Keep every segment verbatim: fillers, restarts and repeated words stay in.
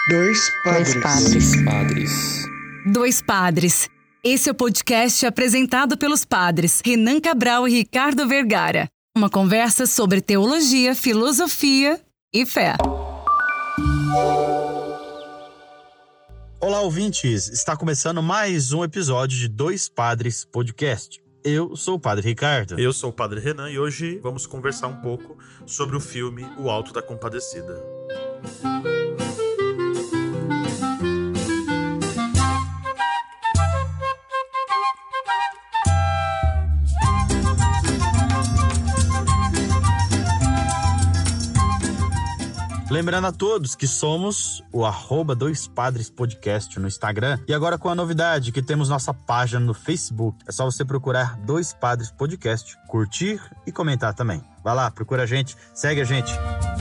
Dois padres. Dois padres. Padres. Dois Padres. Esse é o podcast apresentado pelos padres Renan Cabral e Ricardo Vergara. Uma conversa sobre teologia, filosofia e fé. Olá, ouvintes! Está começando mais um episódio de Dois Padres Podcast. Eu sou o Padre Ricardo. Eu sou o Padre Renan e hoje vamos conversar um pouco sobre o filme O Alto da Compadecida. Lembrando a todos que somos o arroba Dois Padres Podcast no Instagram. E agora com a novidade que temos nossa página no Facebook. É só você procurar Dois Padres Podcast, curtir e comentar também. Vai lá, procura a gente, segue a gente.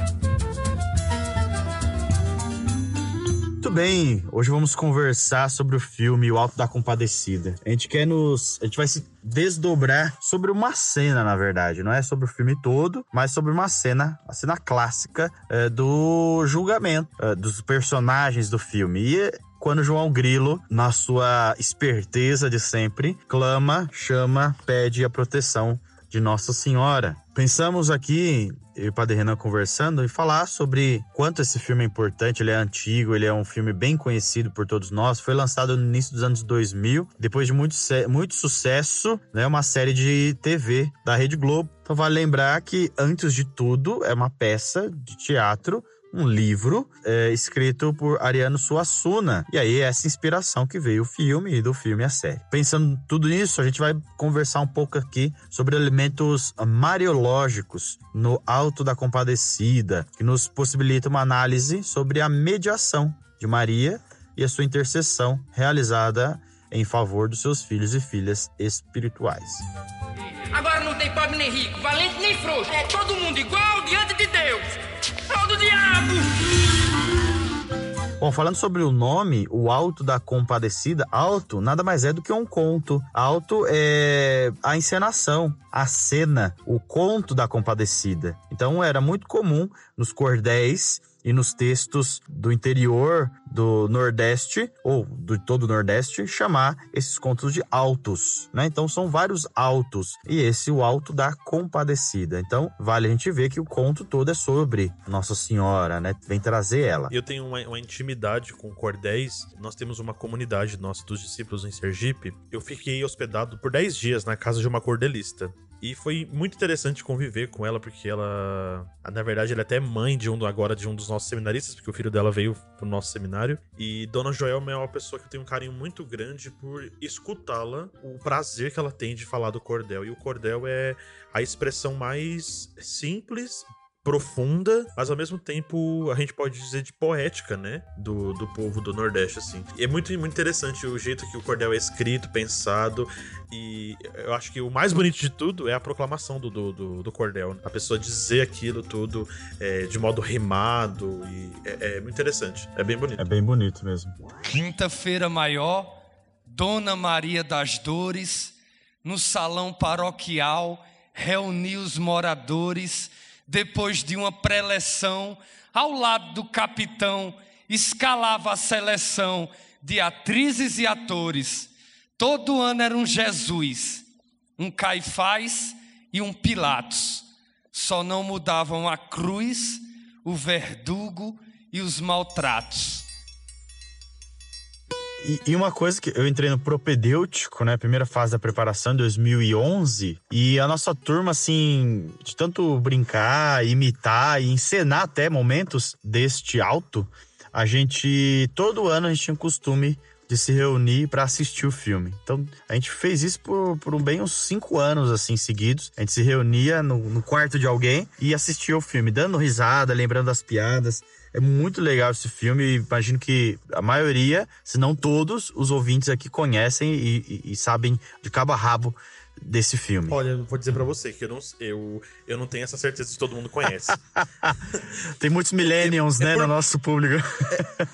Muito bem, hoje vamos conversar sobre o filme O Alto da Compadecida. A gente quer nos... A gente vai se desdobrar sobre uma cena, na verdade. Não é sobre o filme todo, mas sobre uma cena, a cena clássica é, do julgamento é, dos personagens do filme. E quando João Grilo, na sua esperteza de sempre, clama, chama, pede a proteção de Nossa Senhora. Pensamos aqui, eu e o Padre Renan conversando, e falar sobre quanto esse filme é importante. Ele é antigo, ele é um filme bem conhecido por todos nós. Foi lançado no início dos anos dois mil, depois de muito, muito sucesso, né? Uma série de T V da Rede Globo. Então vale lembrar que, antes de tudo, é uma peça de teatro, um livro é, escrito por Ariano Suassuna. E aí, essa inspiração que veio o filme e do filme a série. Pensando tudo nisso, a gente vai conversar um pouco aqui sobre elementos mariológicos no Alto da Compadecida, que nos possibilita uma análise sobre a mediação de Maria e a sua intercessão realizada em favor dos seus filhos e filhas espirituais. Agora não tem pobre nem rico, valente nem frouxo. É todo mundo igual diante de Deus. Todo diabo! Bom, falando sobre o nome, O Alto da Compadecida, alto nada mais é do que um conto. Alto é a encenação, a cena, o conto da Compadecida. Então era muito comum nos cordéis e nos textos do interior do Nordeste, ou de todo o Nordeste, chamar esses contos de altos, né? Então são vários altos, e esse o Alto da Compadecida. Então vale a gente ver que o conto todo é sobre Nossa Senhora, né? Vem trazer ela. Eu tenho uma, uma intimidade com cordéis. Nós temos uma comunidade nossa dos discípulos em Sergipe. Eu fiquei hospedado por dez dias na casa de uma cordelista. E foi muito interessante conviver com ela, porque ela, na verdade, ela é até mãe de um, agora de um dos nossos seminaristas, porque o filho dela veio pro nosso seminário. E Dona Joelma é uma pessoa que eu tenho um carinho muito grande por escutá-la, o prazer que ela tem de falar do cordel. E o cordel é a expressão mais simples, profunda, mas ao mesmo tempo a gente pode dizer de poética, né, do, do povo do Nordeste, assim. E é muito, muito interessante o jeito que o cordel é escrito, pensado, e eu acho que o mais bonito de tudo é a proclamação do, do, do, do cordel. A pessoa dizer aquilo tudo é, de modo rimado, e é, é muito interessante, é bem bonito. É bem bonito mesmo. Quinta-feira maior, Dona Maria das Dores, no salão paroquial, reuniu os moradores. Depois de uma preleção, ao lado do capitão, escalava a seleção de atrizes e atores. Todo ano era um Jesus, um Caifás e um Pilatos. Só não mudavam a cruz, o verdugo e os maltratos. E, e uma coisa que eu entrei no propedêutico, né, primeira fase da preparação, em dois mil e onze, e a nossa turma, assim, de tanto brincar, imitar e encenar até momentos deste alto, a gente, todo ano a gente tinha o costume de se reunir para assistir o filme. Então, a gente fez isso por, por bem uns cinco anos, assim, seguidos. A gente se reunia no, no quarto de alguém e assistia o filme, dando risada, lembrando das piadas. É muito legal esse filme. Imagino que a maioria, se não todos, os ouvintes aqui conhecem e, e, e sabem de cabo a rabo desse filme. Olha, eu vou dizer pra você que eu não, eu, eu não tenho essa certeza se todo mundo conhece. Tem muitos millennials, é, é né, por... no nosso público. É...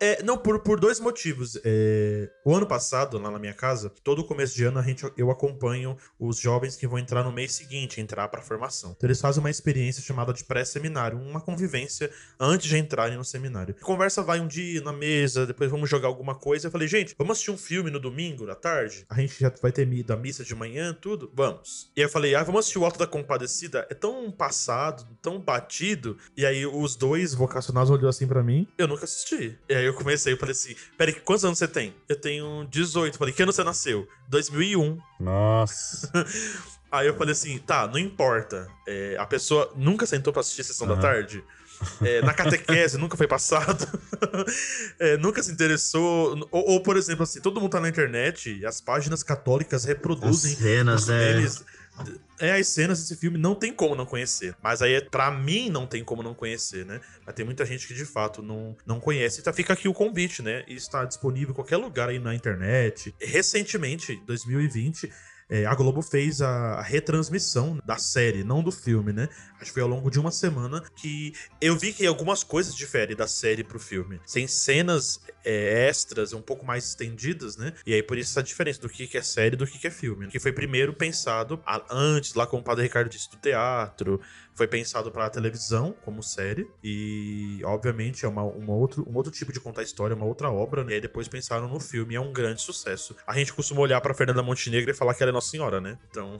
É, não, por, por dois motivos. É, o ano passado, lá na minha casa, todo começo de ano a gente, eu acompanho os jovens que vão entrar no mês seguinte, entrar pra formação. Então eles fazem uma experiência chamada de pré-seminário, uma convivência antes de entrarem no seminário. A conversa vai um dia na mesa, depois vamos jogar alguma coisa. Eu falei, gente, vamos assistir um filme no domingo, à tarde? A gente já vai ter ido à missa de manhã, tudo? Vamos. E aí eu falei, ah, vamos assistir o Alto da Compadecida? É tão passado, tão batido. E aí os dois vocacionados olhou assim pra mim, eu nunca assisti. E aí eu comecei, eu falei assim, peraí, quantos anos você tem? Eu tenho dezoito. Eu falei, que ano você nasceu? dois mil e um. Nossa. Aí eu falei assim, tá, não importa. É, a pessoa nunca sentou pra assistir a Sessão uhum. da Tarde. É, na catequese nunca foi passado. é, nunca se interessou. Ou, ou, por exemplo, assim, todo mundo tá na internet, as páginas católicas reproduzem as cenas, é. Eles, é, as cenas desse filme não tem como não conhecer. Mas aí, pra mim, não tem como não conhecer, né? Mas tem muita gente que, de fato, não, não conhece. Então fica aqui o convite, né? E está disponível em qualquer lugar aí na internet. Recentemente, dois mil e vinte... É, a Globo fez a, a retransmissão da série, não do filme, né? Acho que foi ao longo de uma semana que eu vi que algumas coisas diferem da série pro filme. Sem cenas é, extras, um pouco mais estendidas, né? E aí por isso essa diferença do que é série e do que é filme. Que foi primeiro pensado a, antes, lá como o Padre Ricardo disse, do teatro. Foi pensado pra televisão como série. E, obviamente, é uma, uma outro, um outro tipo de contar história, uma outra obra, né? E aí depois pensaram no filme. É um grande sucesso. A gente costuma olhar pra Fernanda Montenegro e falar que ela é Nossa Senhora, né? Então...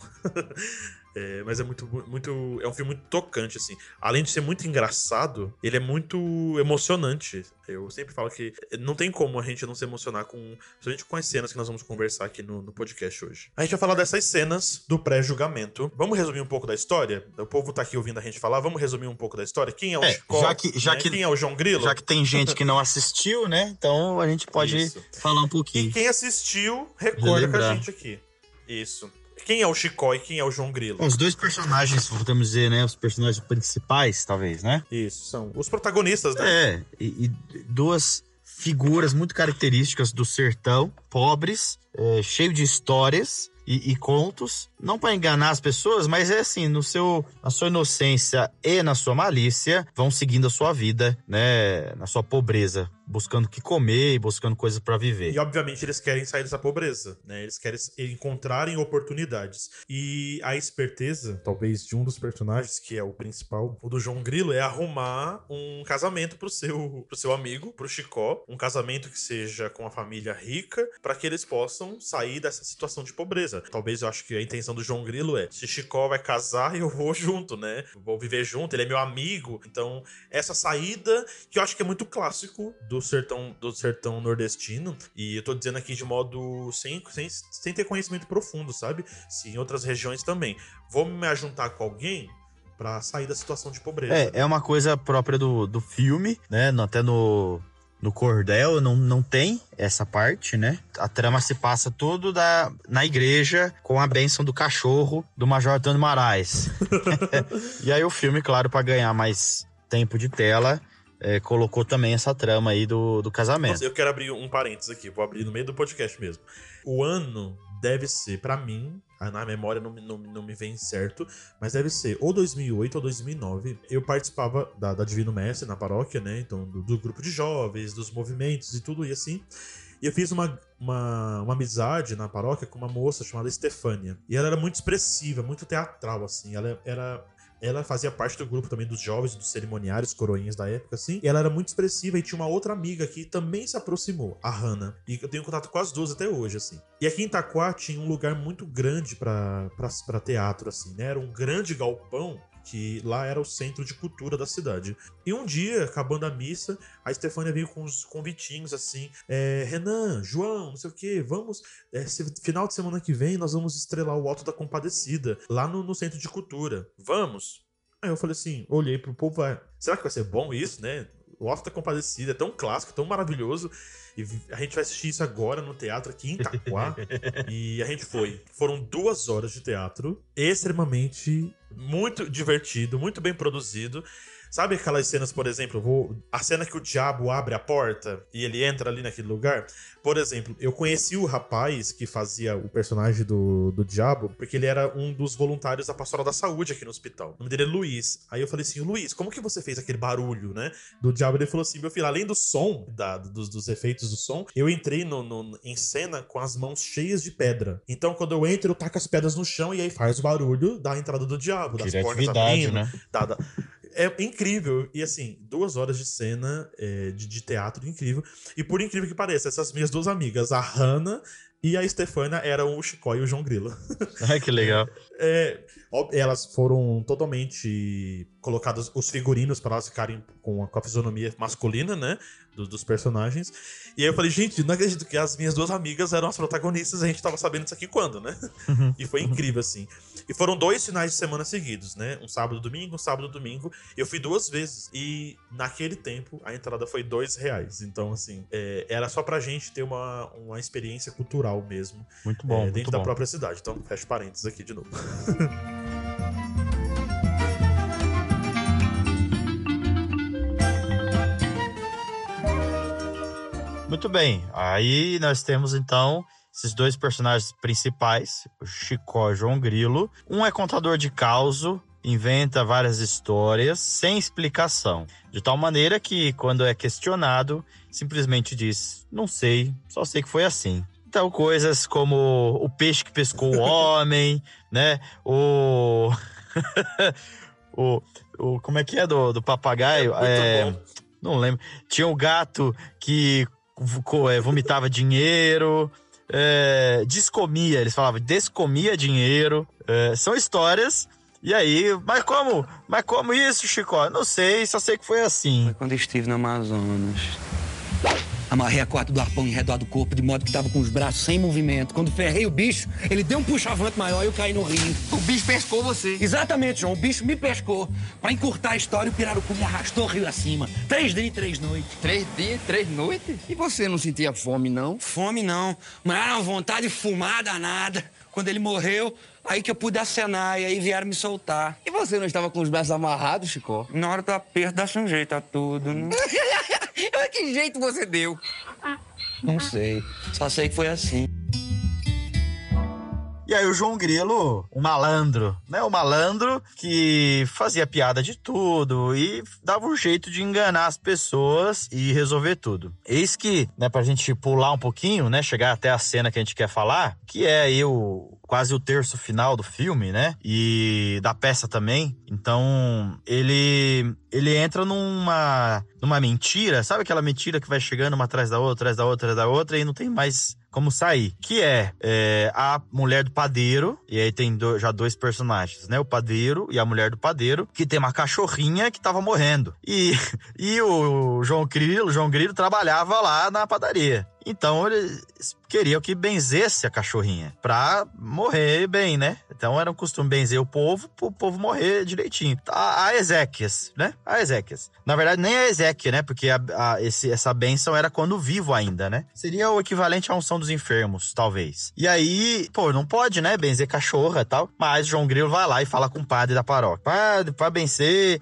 É, mas é muito, muito. É um filme muito tocante, assim. Além de ser muito engraçado, ele é muito emocionante. Eu sempre falo que não tem como a gente não se emocionar com. Principalmente com as cenas que nós vamos conversar aqui no, no podcast hoje. A gente vai falar dessas cenas do pré-julgamento. Vamos resumir um pouco da história? O povo tá aqui ouvindo a gente falar. Vamos resumir um pouco da história? Quem é o é, Chicó? Já que, já né? que, Quem é o João Grilo? Já que tem gente que não assistiu, né? Então a gente pode Isso. falar um pouquinho. E quem assistiu, recorda com a gente aqui. Isso. Quem é o Chicó e quem é o João Grilo? Os dois personagens, podemos dizer, né? Os personagens principais, talvez, né? Isso, são os protagonistas, né? É, e, e duas figuras muito características do sertão, pobres, é, cheio de histórias e, e contos. Não para enganar as pessoas, mas é assim, no seu, na sua inocência e na sua malícia, vão seguindo a sua vida, né? Na sua pobreza. Buscando o que comer e buscando coisas pra viver. E, obviamente, eles querem sair dessa pobreza, né? Eles querem encontrarem oportunidades. E a esperteza, talvez, de um dos personagens, que é o principal, o do João Grilo, é arrumar um casamento pro seu, pro seu amigo, pro Chicó. Um casamento que seja com a família rica, pra que eles possam sair dessa situação de pobreza. Talvez, eu acho que a intenção do João Grilo é, se Chicó vai casar, eu vou junto, né? Vou viver junto, ele é meu amigo. Então, essa saída, que eu acho que é muito clássico do sertão, do sertão nordestino, e eu tô dizendo aqui de modo sem, sem, sem ter conhecimento profundo, sabe? Se em outras regiões também. Vou me ajuntar com alguém pra sair da situação de pobreza. É, é uma coisa própria do, do filme, né? Até no, no Cordel não, não tem essa parte, né? A trama se passa tudo da, na igreja com a bênção do cachorro do Major Antônio Marais. E aí o filme, claro, pra ganhar mais tempo de tela... É, colocou também essa trama aí do, do casamento. Nossa, eu quero abrir um parênteses aqui, vou abrir no meio do podcast mesmo. O ano deve ser, pra mim, na memória não, não, não me vem certo, mas deve ser ou dois mil e oito ou dois mil e nove. Eu participava da, da Divino Mestre na paróquia, né? Então, do, do grupo de jovens, dos movimentos e tudo, e assim. E eu fiz uma, uma, uma amizade na paróquia com uma moça chamada Estefânia. E ela era muito expressiva, muito teatral, assim. Ela era... Ela fazia parte do grupo também dos jovens, dos cerimoniários, coroinhas da época, assim. E ela era muito expressiva e tinha uma outra amiga que também se aproximou, a Hannah. E eu tenho contato com as duas até hoje, assim. E aqui em Itaquá tinha um lugar muito grande pra, pra, pra teatro, assim, né? Era um grande galpão que lá era o centro de cultura da cidade. E um dia, acabando a missa, a Estefânia veio com uns convitinhos assim, é, Renan, João, não sei o que, vamos, é, final de semana que vem nós vamos estrelar o Alto da Compadecida, lá no, no centro de cultura. Vamos? Aí eu falei assim, olhei pro povo, vai, será que vai ser bom isso, né? O Alto da Compadecida é tão clássico, tão maravilhoso. E a gente vai assistir isso agora no teatro aqui em Itaquá. E a gente foi. Foram duas horas de teatro, extremamente, muito divertido, muito bem produzido. Sabe aquelas cenas, por exemplo, vou, a cena que o diabo abre a porta e ele entra ali naquele lugar? Por exemplo, eu conheci o rapaz que fazia o personagem do, do diabo, porque ele era um dos voluntários da Pastoral da Saúde aqui no hospital. O nome dele é Luiz. Aí eu falei assim, Luiz, como que você fez aquele barulho, né, do diabo? Ele falou assim, meu filho, além do som, da, dos, dos efeitos do som, eu entrei no, no, em cena com as mãos cheias de pedra. Então, quando eu entro, eu taco as pedras no chão e aí faz o barulho da entrada do diabo, das portas abrindo. Né? Da, da... É incrível. E assim, duas horas de cena é, de, de teatro incrível. E por incrível que pareça, essas minhas duas amigas, a Hannah e a Stefania, eram o Chicó e o João Grilo. Ai, que legal. É, elas foram totalmente colocadas, os figurinos, para elas ficarem com a, com a fisionomia masculina, né, dos, dos personagens. E aí eu falei, gente, não acredito que as minhas duas amigas eram as protagonistas, a gente tava sabendo disso aqui quando, né? Uhum. E foi incrível, assim. E foram dois finais de semana seguidos, né? Um sábado, domingo, um sábado, domingo. Eu fui duas vezes. E naquele tempo, a entrada foi dois reais. Então, assim, é, era só pra gente ter uma, uma experiência cultural mesmo. Muito bom, é, dentro muito da bom. própria cidade. Então, fecha parênteses aqui de novo. Muito bem, aí nós temos então esses dois personagens principais, o Chicó e o João Grilo. Um é contador de causo, inventa várias histórias sem explicação, de tal maneira que quando é questionado, simplesmente diz, não sei, só sei que foi assim. Então coisas como o peixe que pescou o homem, né, o... o, o... como é que é do, do papagaio? É, muito é, bom. Não lembro. Tinha o gato que vomitava dinheiro, é, descomia, eles falavam, descomia dinheiro. É, são histórias. E aí, mas como? Mas como isso, Chicó? Não sei, só sei que foi assim. Foi quando eu estive no Amazonas. Amarrei a corda do arpão em redor do corpo, de modo que tava com os braços sem movimento. Quando ferrei o bicho, ele deu um puxavante maior e eu caí no rio. O bicho pescou você. Exatamente, João. O bicho me pescou. Pra encurtar a história, o pirarucu me arrastou rio acima. Três dias e três noites. Três dias, três noites? E você não sentia fome, não? Fome, não. Mas era uma vontade de fumar danada. Quando ele morreu, aí que eu pude acenar e aí vieram me soltar. E você não estava com os braços amarrados, Chicó? Na hora do aperto, dá-se um jeito a tudo, né? Que jeito você deu? Não sei. Só sei que foi assim. E aí o João Grilo, um malandro, né? O malandro que fazia piada de tudo e dava um jeito de enganar as pessoas e resolver tudo. Eis que, né, pra gente pular um pouquinho, né? Chegar até a cena que a gente quer falar, que é aí o... quase o terço final do filme, né? E da peça também. Então, ele ele entra numa numa mentira, sabe aquela mentira que vai chegando uma atrás da outra, atrás da outra, atrás da outra e não tem mais como sair? Que é, é a mulher do padeiro, e aí tem do, já dois personagens, né? O padeiro e a mulher do padeiro, que tem uma cachorrinha que tava morrendo. E, e o João Grilo, João Grilo trabalhava lá na padaria. Então, eles queriam que benzesse a cachorrinha pra morrer bem, né? Então, era um costume benzer o povo pro povo morrer direitinho. A, a Ezequias, né? A Ezequias. Na verdade, nem a Ezequias, né? Porque a, a, esse, essa bênção era quando vivo ainda, né? Seria o equivalente à unção dos enfermos, talvez. E aí, pô, não pode, né? Benzer cachorra e tal. Mas João Grilo vai lá e fala com o padre da paróquia. Padre, pra benzer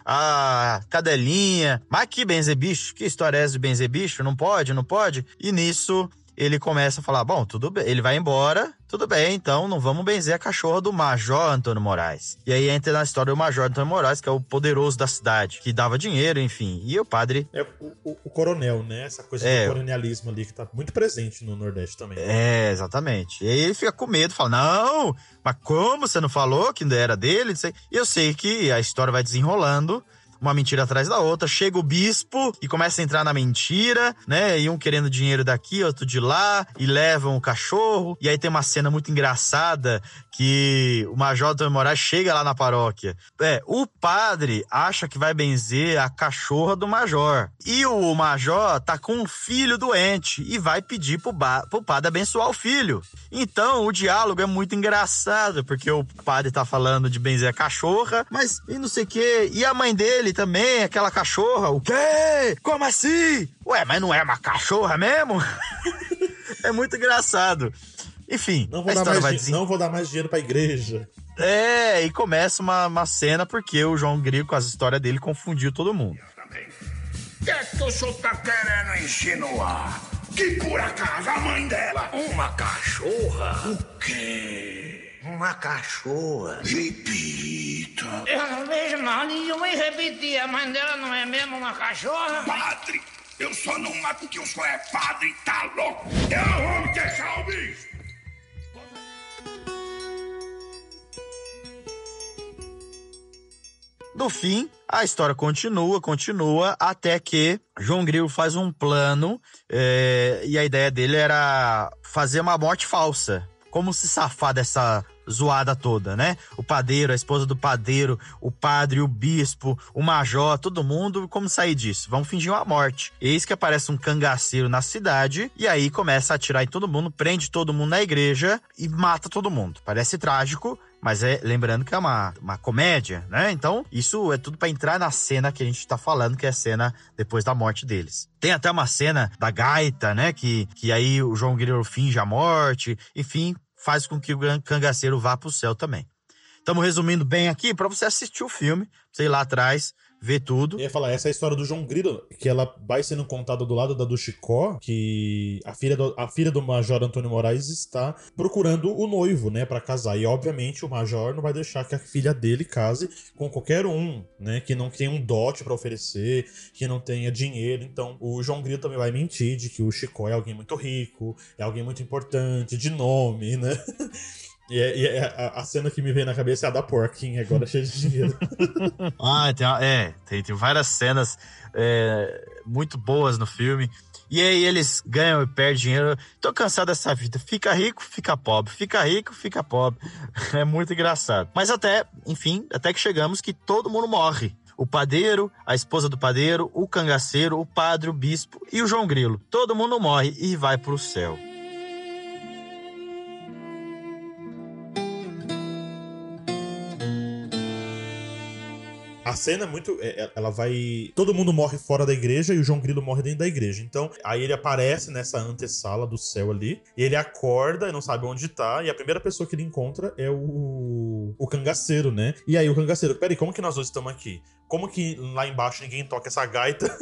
a cadelinha. Mas que benzer bicho? Que história é essa de benzer bicho? Não pode, não pode? E nisso ele começa a falar, bom, tudo bem, ele vai embora, tudo bem, então não vamos benzer a cachorra do Major Antônio Moraes. E aí entra na história do Major Antônio Moraes, que é o poderoso da cidade, que dava dinheiro, enfim, e o padre... É o, o, o coronel, né? Essa coisa é, do colonialismo ali, que tá muito presente no Nordeste também. É, exatamente. E aí ele fica com medo, fala, não, mas como você não falou que era dele? E eu sei que a história vai desenrolando, uma mentira atrás da outra, chega o bispo e começa a entrar na mentira, né, e um querendo dinheiro daqui, outro de lá, e levam o cachorro, e aí tem uma cena muito engraçada, que o Major Antônio Moraes chega lá na paróquia, é, o padre acha que vai benzer a cachorra do Major, e o Major tá com um filho doente, e vai pedir pro, ba- pro padre abençoar o filho. Então, o diálogo é muito engraçado, porque o padre tá falando de benzer a cachorra, mas, e não sei o quê, e a mãe dele também, aquela cachorra, o quê? Como assim? Ué, mas não é uma cachorra mesmo? É muito engraçado. Enfim, não vou, dar mais, desen... não vou dar mais dinheiro pra igreja. É, e começa uma, uma cena porque o João Grilo, com as histórias dele, confundiu todo mundo. O que é que o senhor tá querendo insinuar? Que por acaso a mãe dela... Uma cachorra? O quê? Uma cachorra? Repita. Eu não vejo mal nenhuma em repetir. A mãe dela não é mesmo uma cachorra? Padre, eu só não mato porque o senhor é padre e tá louco. Eu não vou me deixar o bicho. No fim, a história continua, continua, até que João Grilo faz um plano é, e a ideia dele era fazer uma morte falsa. Como se safar dessa zoada toda, né? O padeiro, a esposa do padeiro, o padre, o bispo, o major, todo mundo, como sair disso? Vamos fingir uma morte. Eis que aparece um cangaceiro na cidade e aí começa a atirar em todo mundo, prende todo mundo na igreja e mata todo mundo. Parece trágico, mas é lembrando que é uma, uma comédia, né? Então, isso é tudo pra entrar na cena que a gente tá falando, que é a cena depois da morte deles. Tem até uma cena da gaita, né? Que, que aí o João Grilo finge a morte, enfim, faz com que o cangaceiro vá pro céu também. Estamos resumindo bem aqui para você assistir o filme, você ir lá atrás, ver tudo. Eu ia falar, essa é a história do João Grilo, que ela vai sendo contada do lado da do Chicó, que a filha do, a filha do Major Antônio Moraes está procurando o noivo, né, pra casar. E, obviamente, o Major não vai deixar que a filha dele case com qualquer um, né, que não tenha um dote pra oferecer, que não tenha dinheiro. Então, o João Grilo também vai mentir de que o Chicó é alguém muito rico, é alguém muito importante, de nome, né? E, é, e é, a, a cena que me vem na cabeça é a da porquinha, agora cheia de dinheiro. ah, tem, é, tem, tem várias cenas é, muito boas no filme. E aí eles ganham e perdem dinheiro. Tô cansado dessa vida. Fica rico, fica pobre. Fica rico, fica pobre. É muito engraçado. Mas até, enfim, até que chegamos que todo mundo morre. O padeiro, a esposa do padeiro, o cangaceiro, o padre, o bispo e o João Grilo. Todo mundo morre e vai pro céu. A cena é muito... Ela vai... Todo mundo morre fora da igreja e o João Grilo morre dentro da igreja. Então, aí ele aparece nessa antessala do céu ali. E ele acorda e não sabe onde tá. E a primeira pessoa que ele encontra é o... O cangaceiro, né? E aí o cangaceiro... Peraí, como que nós dois estamos aqui? Como que lá embaixo ninguém toca essa gaita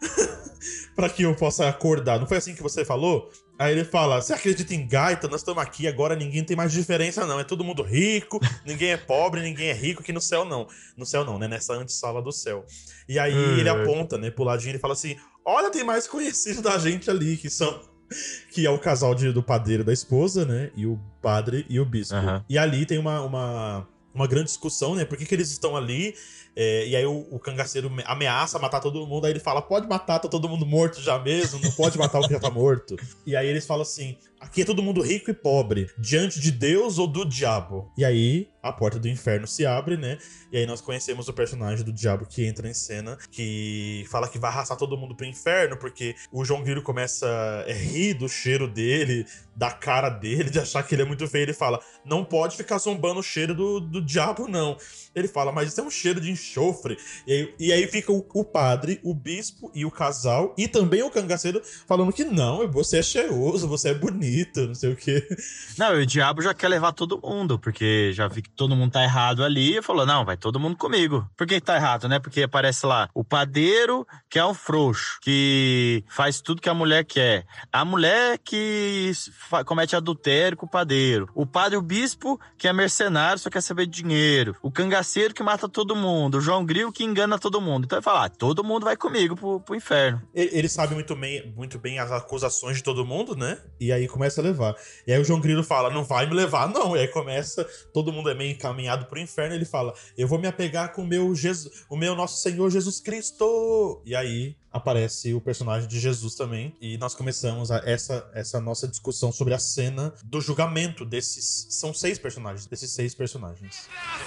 pra que eu possa acordar? Não foi assim que você falou? Aí ele fala, você acredita em gaita? Nós estamos aqui, agora ninguém tem mais diferença não. É todo mundo rico, ninguém é pobre, ninguém é rico, aqui no céu não. No céu não, né? Nessa antessala do céu. E aí hum. ele aponta, né, pro ladinho e fala assim, olha, tem mais conhecido da gente ali, que são... Que é o casal de, do padeiro da esposa, né? E o padre e o bispo. Uhum. E ali tem uma, uma, uma grande discussão, né? Por que, que eles estão ali? É, e aí o, o cangaceiro ameaça matar todo mundo. Aí ele fala, pode matar, tá todo mundo morto já mesmo. Não pode matar o que já tá morto. E aí eles falam assim, aqui é todo mundo rico e pobre. Diante de Deus ou do diabo? E aí a porta do inferno se abre, né? E aí nós conhecemos o personagem do diabo que entra em cena, que fala que vai arrastar todo mundo pro inferno, porque o João Grilo começa a rir do cheiro dele, da cara dele, de achar que ele é muito feio. Ele fala, não pode ficar zombando o cheiro do, do diabo, não. Ele fala, mas isso é um cheiro de enxofre. E aí, e aí fica o, o padre, o bispo e o casal, e também o cangaceiro, falando que não, você é cheiroso, você é bonito, não sei o quê. Não, e o diabo já quer levar todo mundo, porque já vi que todo mundo tá errado ali, e falou, não, vai todo mundo comigo. Por que tá errado, né? Porque aparece lá o padeiro, que é um frouxo, que faz tudo que a mulher quer. A mulher que comete adultério com o padeiro. O padre, o bispo, que é mercenário, só quer saber de dinheiro. O cangaceiro que mata todo mundo. O João Grilo que engana todo mundo. Então ele fala, ah, todo mundo vai comigo pro, pro inferno. Ele, ele sabe muito bem, muito bem as acusações de todo mundo, né? E aí começa a levar. E aí o João Grilo fala, não vai me levar, não. E aí começa, todo mundo é meio encaminhado pro inferno. Ele fala, eu vou me apegar com o meu, Jesus, o meu nosso Senhor Jesus Cristo. E aí aparece o personagem de Jesus também. E nós começamos a, essa, essa nossa discussão sobre a cena do julgamento desses... São seis personagens, desses seis personagens.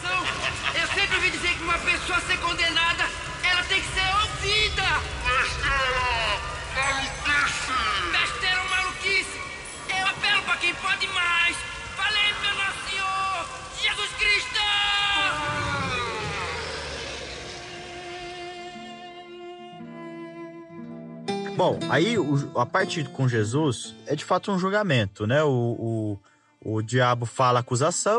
Eu sempre ouvi dizer que uma pessoa ser condenada, ela tem que ser ouvida. Besteira! Maluquice! Besteira ou maluquice? Eu apelo pra quem pode mais. Valeu pelo nosso Senhor, Jesus Cristo! Bom, aí o, a parte com Jesus é de fato um julgamento, né? O, o, o diabo fala a acusação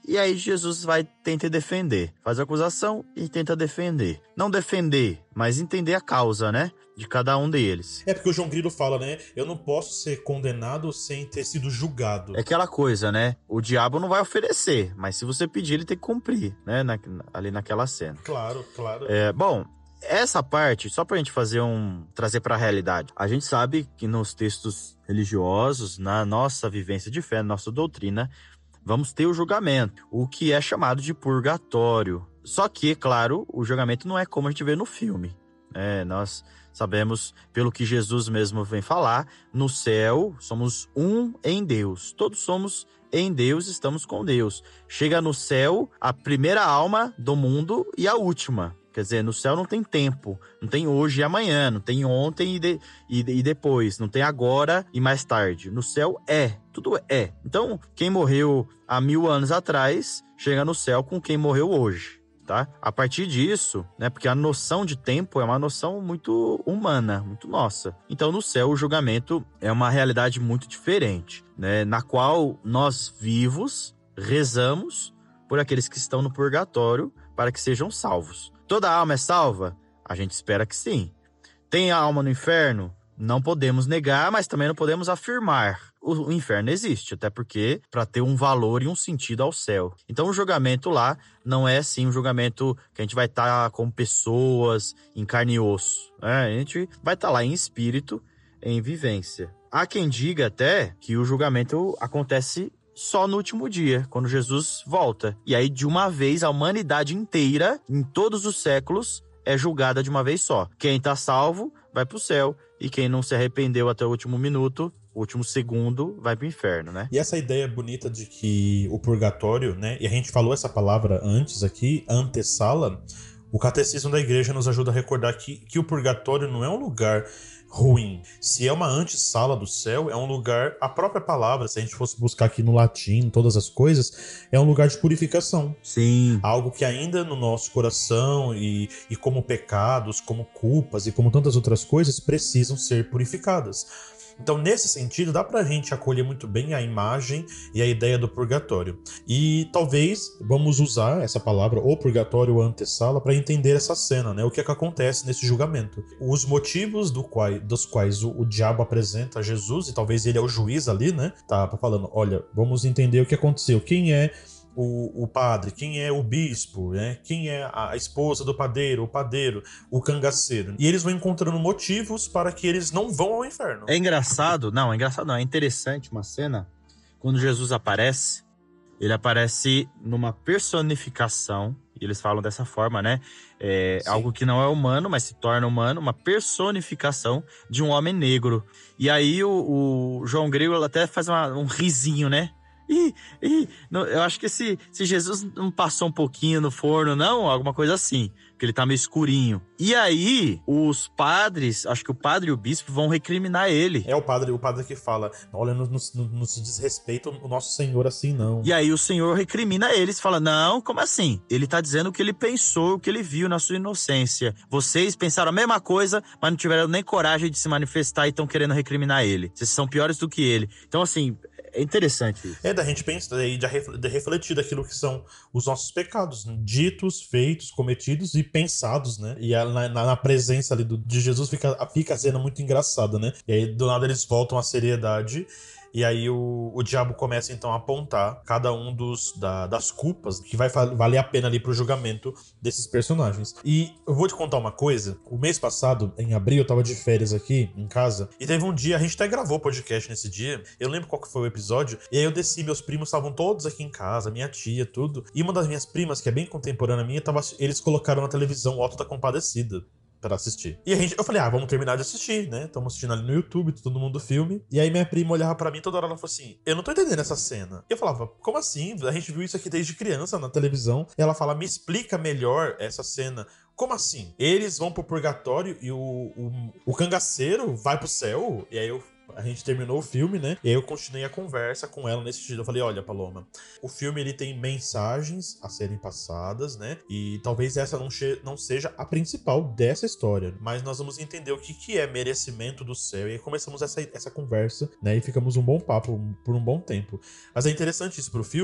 E aí Jesus vai tentar defender. Faz a acusação e tenta defender. Não defender, mas entender a causa, né? De cada um deles. É porque o João Grilo fala, né? Eu não posso ser condenado sem ter sido julgado. É aquela coisa, né? O diabo não vai oferecer, mas se você pedir, ele tem que cumprir, né? Na, ali naquela cena. Claro, claro. É, bom, essa parte, só pra gente fazer um... trazer pra realidade. A gente sabe que nos textos religiosos, na nossa vivência de fé, na nossa doutrina, vamos ter o julgamento, o que é chamado de purgatório. Só que, claro, o julgamento não é como a gente vê no filme. É, nós sabemos, pelo que Jesus mesmo vem falar, no céu somos um em Deus. Todos somos em Deus, estamos com Deus. Chega no céu a primeira alma do mundo e a última. Quer dizer, no céu não tem tempo, não tem hoje e amanhã, não tem ontem e, de, e, e depois, não tem agora e mais tarde. No céu é, tudo é. Então, quem morreu há mil anos atrás, chega no céu com quem morreu hoje, tá? A partir disso, né, porque a noção de tempo é uma noção muito humana, muito nossa. Então, no céu, o julgamento é uma realidade muito diferente, né, na qual nós vivos rezamos por aqueles que estão no purgatório para que sejam salvos. Toda alma é salva? A gente espera que sim. Tem alma no inferno? Não podemos negar, mas também não podemos afirmar. O, o inferno existe, até porque para ter um valor e um sentido ao céu. Então o julgamento lá não é assim um julgamento que a gente vai estar tá como pessoas em carne e osso. Né? A gente vai estar tá lá em espírito, em vivência. Há quem diga até que o julgamento acontece só no último dia, quando Jesus volta. E aí, de uma vez, a humanidade inteira, em todos os séculos, é julgada de uma vez só. Quem tá salvo, vai pro céu. E quem não se arrependeu até o último minuto, o último segundo, vai pro inferno, né? E essa ideia bonita de que o purgatório, né? E a gente falou essa palavra antes aqui, antessala. O catecismo da igreja nos ajuda a recordar que, que o purgatório não é um lugar ruim. Se é uma antessala do céu, é um lugar, a própria palavra, se a gente fosse buscar aqui no latim, todas as coisas, é um lugar de purificação. Sim. Algo que ainda no nosso coração e, e como pecados, como culpas e como tantas outras coisas precisam ser purificadas. Então, nesse sentido, dá pra gente acolher muito bem a imagem e a ideia do purgatório. E talvez vamos usar essa palavra, o purgatório ou antessala, para entender essa cena, né? O que é que acontece nesse julgamento. Os motivos do qual, dos quais o, o diabo apresenta a Jesus, e talvez ele é o juiz ali, né? Tá falando, olha, vamos entender o que aconteceu. Quem é O, o padre, quem é o bispo, né? Quem é a esposa do padeiro, o padeiro, o cangaceiro. E eles vão encontrando motivos para que eles não vão ao inferno. É engraçado, não, é engraçado não, é interessante uma cena, quando Jesus aparece, ele aparece numa personificação, e eles falam dessa forma, né? É algo que não é humano, mas se torna humano, uma personificação de um homem negro. E aí o, o João Grilo até faz uma, um risinho, né? Ih, ih, não, eu acho que se, se Jesus não passou um pouquinho no forno, não, alguma coisa assim, porque ele tá meio escurinho. E aí, os padres, acho que o padre e o bispo vão recriminar ele. É o padre, o padre que fala, olha, não, não, não se desrespeita o nosso Senhor assim, não. E aí o Senhor recrimina eles, fala, não, como assim? Ele tá dizendo o que ele pensou, o que ele viu na sua inocência. Vocês pensaram a mesma coisa, mas não tiveram nem coragem de se manifestar e estão querendo recriminar ele. Vocês são piores do que ele. Então, assim, é interessante isso. É da gente pensar e de refletir daquilo que são os nossos pecados, ditos, feitos, cometidos e pensados, né? E na, na, na presença ali do, de Jesus fica, fica a cena muito engraçada, né? E aí do nada eles voltam à seriedade. E aí o, o diabo começa então a apontar cada um dos, da, das culpas que vai valer a pena ali pro julgamento desses personagens. E eu vou te contar uma coisa. O mês passado, em abril, eu tava de férias aqui em casa. E teve um dia, a gente até gravou podcast nesse dia. Eu lembro qual que foi o episódio. E aí eu desci, meus primos estavam todos aqui em casa, minha tia, tudo. E uma das minhas primas, que é bem contemporânea minha, tava, eles colocaram na televisão o Auto da Compadecida pra assistir. E a gente, eu falei, ah, vamos terminar de assistir, né? Estamos assistindo ali no YouTube, todo mundo filme. E aí minha prima olhava pra mim toda hora, ela falou assim, eu não tô entendendo essa cena. E eu falava, como assim? A gente viu isso aqui desde criança na televisão. E ela fala, me explica melhor essa cena. Como assim? Eles vão pro purgatório e o, o, o cangaceiro vai pro céu? E aí eu A gente terminou o filme, né? E aí eu continuei a conversa com ela nesse sentido. Eu falei, olha, Paloma, o filme ele tem mensagens a serem passadas, né? E talvez essa não, não seja a principal dessa história. Mas nós vamos entender o que, que é merecimento do céu. E aí começamos essa, essa conversa, né? E ficamos um bom papo por um bom tempo. Mas é interessante isso pro filme,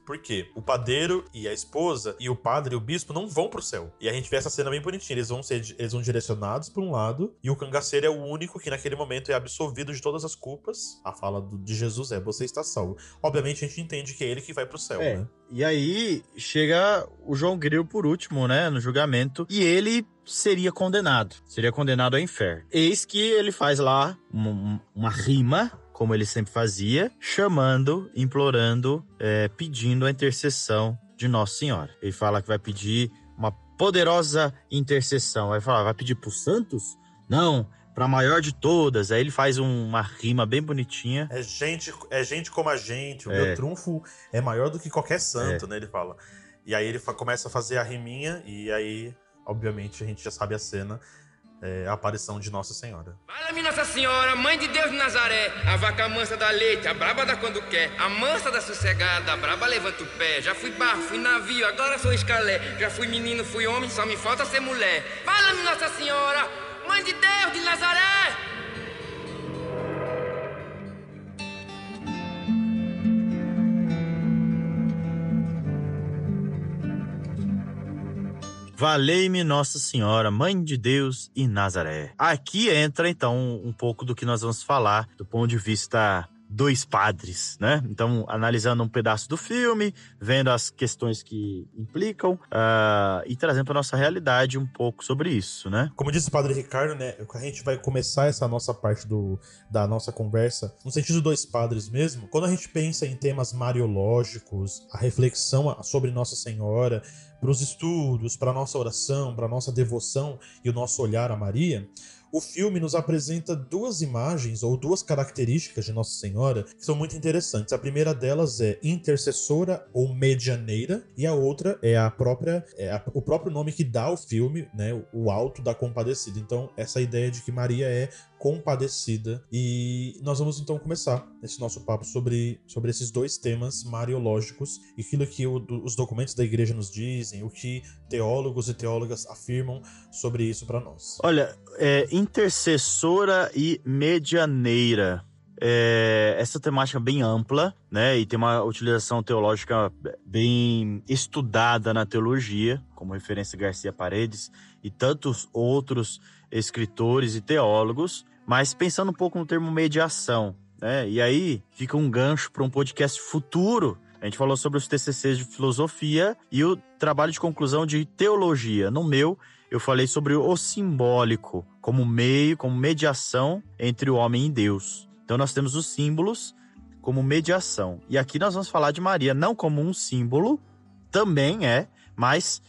Por quê? O padeiro e a esposa e o padre e o bispo não vão pro céu. E a gente vê essa cena bem bonitinha. Eles vão ser eles vão direcionados por um lado e o cangaceiro é o único que naquele momento é absolvido de todas as culpas. A fala do, de Jesus é: você está salvo. Obviamente a gente entende que é ele que vai pro céu, é. né? E aí chega o João Grilo por último, né, no julgamento, e ele seria condenado. Seria condenado ao inferno. Eis que ele faz lá uma, uma rima, como ele sempre fazia, chamando, implorando, é, pedindo a intercessão de Nossa Senhora. Ele fala que vai pedir uma poderosa intercessão. Vai falar, vai pedir pros santos? Não, pra maior de todas. Aí ele faz um, uma rima bem bonitinha. É gente, é gente como a gente, o É. meu trunfo é maior do que qualquer santo, É. né? Ele fala. E aí ele fa- começa a fazer a riminha e aí, obviamente, a gente já sabe a cena. É a aparição de Nossa Senhora. Fala-me Nossa Senhora, Mãe de Deus de Nazaré, a vaca mansa da leite, a braba da quando quer, a mansa da sossegada, a braba levanta o pé. Já fui barco, fui navio, agora sou escalé. Já fui menino, fui homem, só me falta ser mulher. Fala-me Nossa Senhora, Mãe de Deus de Nazaré. Valei-me Nossa Senhora, Mãe de Deus e Nazaré. Aqui entra, então, um pouco do que nós vamos falar do ponto de vista dos padres, né? Então, analisando um pedaço do filme, vendo as questões que implicam uh, e trazendo para nossa realidade um pouco sobre isso, né? Como disse o Padre Ricardo, né? A gente vai começar essa nossa parte do, da nossa conversa no sentido dos padres mesmo. Quando a gente pensa em temas mariológicos, a reflexão sobre Nossa Senhora, para os estudos, para a nossa oração, para a nossa devoção e o nosso olhar a Maria, o filme nos apresenta duas imagens ou duas características de Nossa Senhora que são muito interessantes. A primeira delas é intercessora ou medianeira e a outra é a própria é a, o próprio nome que dá ao filme, né, o Alto da Compadecida. Então, essa ideia de que Maria é compadecida. E nós vamos então começar esse nosso papo sobre, sobre esses dois temas mariológicos e aquilo que o, do, os documentos da igreja nos dizem, o que teólogos e teólogas afirmam sobre isso para nós. Olha, é, intercessora e medianeira. É, essa temática é bem ampla, né? E tem uma utilização teológica bem estudada na teologia, como referência Garcia Paredes e tantos outros escritores e teólogos, mas pensando um pouco no termo mediação, né? E aí fica um gancho para um podcast futuro. A gente falou sobre os T C Cs de filosofia e o trabalho de conclusão de teologia. No meu, eu falei sobre o simbólico como meio, como mediação entre o homem e Deus. Então nós temos os símbolos como mediação. E aqui nós vamos falar de Maria, não como um símbolo, também é, mas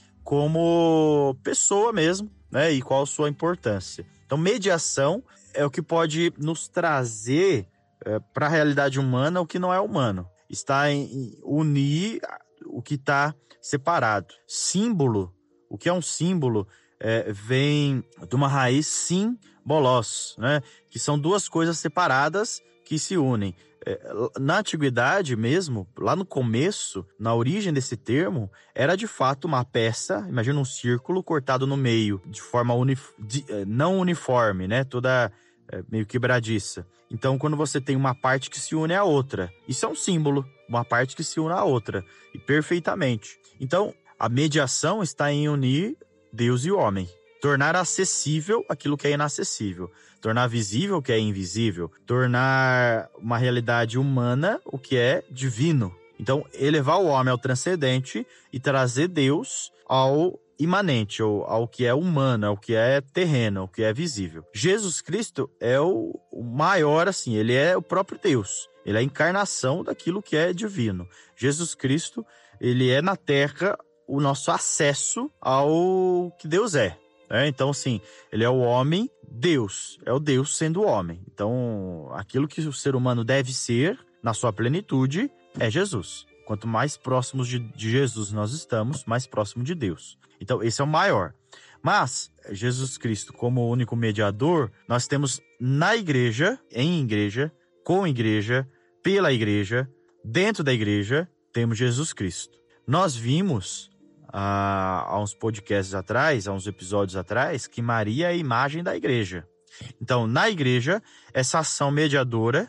como pessoa mesmo, né? E qual a sua importância. Então mediação é o que pode nos trazer é, para a realidade humana o que não é humano. Está em, em unir o que está separado. Símbolo, o que é um símbolo, é, vem de uma raiz símbolos, né? Que são duas coisas separadas que se unem. É, na antiguidade mesmo, lá no começo, na origem desse termo, era de fato uma peça, imagina um círculo cortado no meio, de forma unif- de, não uniforme, né? Toda é, meio quebradiça. Então, quando você tem uma parte que se une à outra, isso é um símbolo, uma parte que se une à outra, e perfeitamente. Então, a mediação está em unir Deus e o homem. Tornar acessível aquilo que é inacessível. Tornar visível o que é invisível. Tornar uma realidade humana o que é divino. Então, elevar o homem ao transcendente e trazer Deus ao imanente, ao, ao que é humano, ao que é terreno, ao que é visível. Jesus Cristo é o, o maior, assim, ele é o próprio Deus. Ele é a encarnação daquilo que é divino. Jesus Cristo, ele é na terra o nosso acesso ao que Deus é. É, então, assim, ele é o homem, Deus, é o Deus sendo homem. Então, aquilo que o ser humano deve ser, na sua plenitude, é Jesus. Quanto mais próximos de, de Jesus nós estamos, mais próximo de Deus. Então, esse é o maior. Mas, Jesus Cristo, como o único mediador, nós temos na igreja, em igreja, com igreja, pela igreja, dentro da igreja, temos Jesus Cristo. Nós vimos... Há, há uns podcasts atrás, há uns episódios atrás, que Maria é a imagem da igreja. Então, na igreja, essa ação mediadora